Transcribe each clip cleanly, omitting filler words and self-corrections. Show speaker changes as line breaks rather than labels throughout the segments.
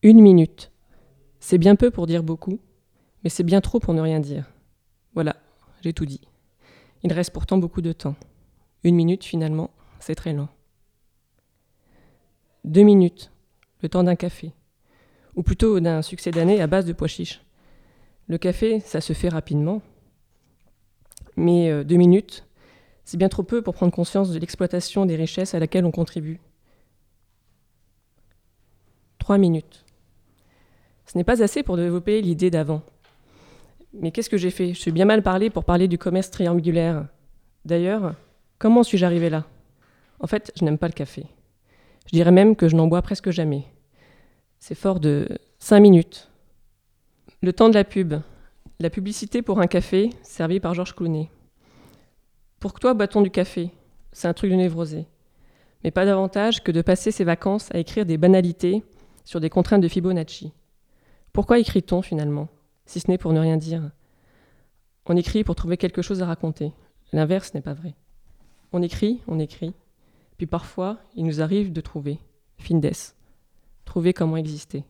Une minute. C'est bien peu pour dire beaucoup, mais c'est bien trop pour ne rien dire. Voilà, j'ai tout dit. Il reste pourtant beaucoup de temps. 1 minute, finalement, c'est très lent. 2 minutes, le temps d'un café. Ou plutôt d'un succès d'année à base de pois chiches. Le café, ça se fait rapidement. Mais 2 minutes, c'est bien trop peu pour prendre conscience de l'exploitation des richesses à laquelle on contribue. 3 minutes. Ce n'est pas assez pour développer l'idée d'avant. Mais qu'est-ce que j'ai fait ? Je suis bien mal parlé pour parler du commerce triangulaire. D'ailleurs, comment suis-je arrivé là ? En fait, je n'aime pas le café. Je dirais même que je n'en bois presque jamais. C'est fort de 5 minutes. Le temps de la pub. La publicité pour un café, servi par Georges Clooney. Pourquoi boit-on du café ? C'est un truc de névrosé. Mais pas davantage que de passer ses vacances à écrire des banalités sur des contraintes de Fibonacci. Pourquoi écrit-on finalement, si ce n'est pour ne rien dire ? On écrit pour trouver quelque chose à raconter. L'inverse n'est pas vrai. On écrit, puis parfois il nous arrive de trouver, findes, trouver comment exister.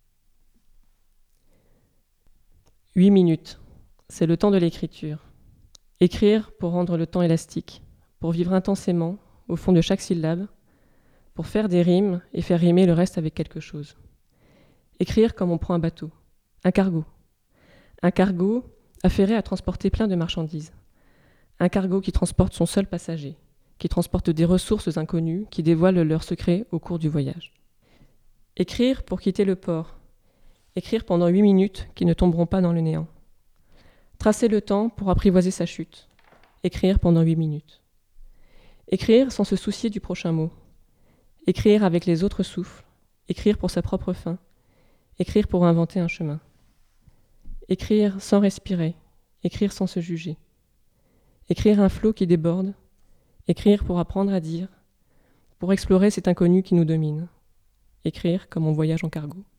8 minutes, c'est le temps de l'écriture. Écrire pour rendre le temps élastique, pour vivre intensément, au fond de chaque syllabe, pour faire des rimes et faire rimer le reste avec quelque chose. Écrire comme on prend un bateau, un cargo. Un cargo affairé à transporter plein de marchandises. Un cargo qui transporte son seul passager, qui transporte des ressources inconnues qui dévoilent leurs secrets au cours du voyage. Écrire pour quitter le port. Écrire pendant 8 minutes qui ne tomberont pas dans le néant. Tracer le temps pour apprivoiser sa chute. Écrire pendant 8 minutes. Écrire sans se soucier du prochain mot. Écrire avec les autres souffles. Écrire pour sa propre fin. Écrire pour inventer un chemin. Écrire sans respirer. Écrire sans se juger. Écrire un flot qui déborde. Écrire pour apprendre à dire. Pour explorer cet inconnu qui nous domine. Écrire comme on voyage en cargo.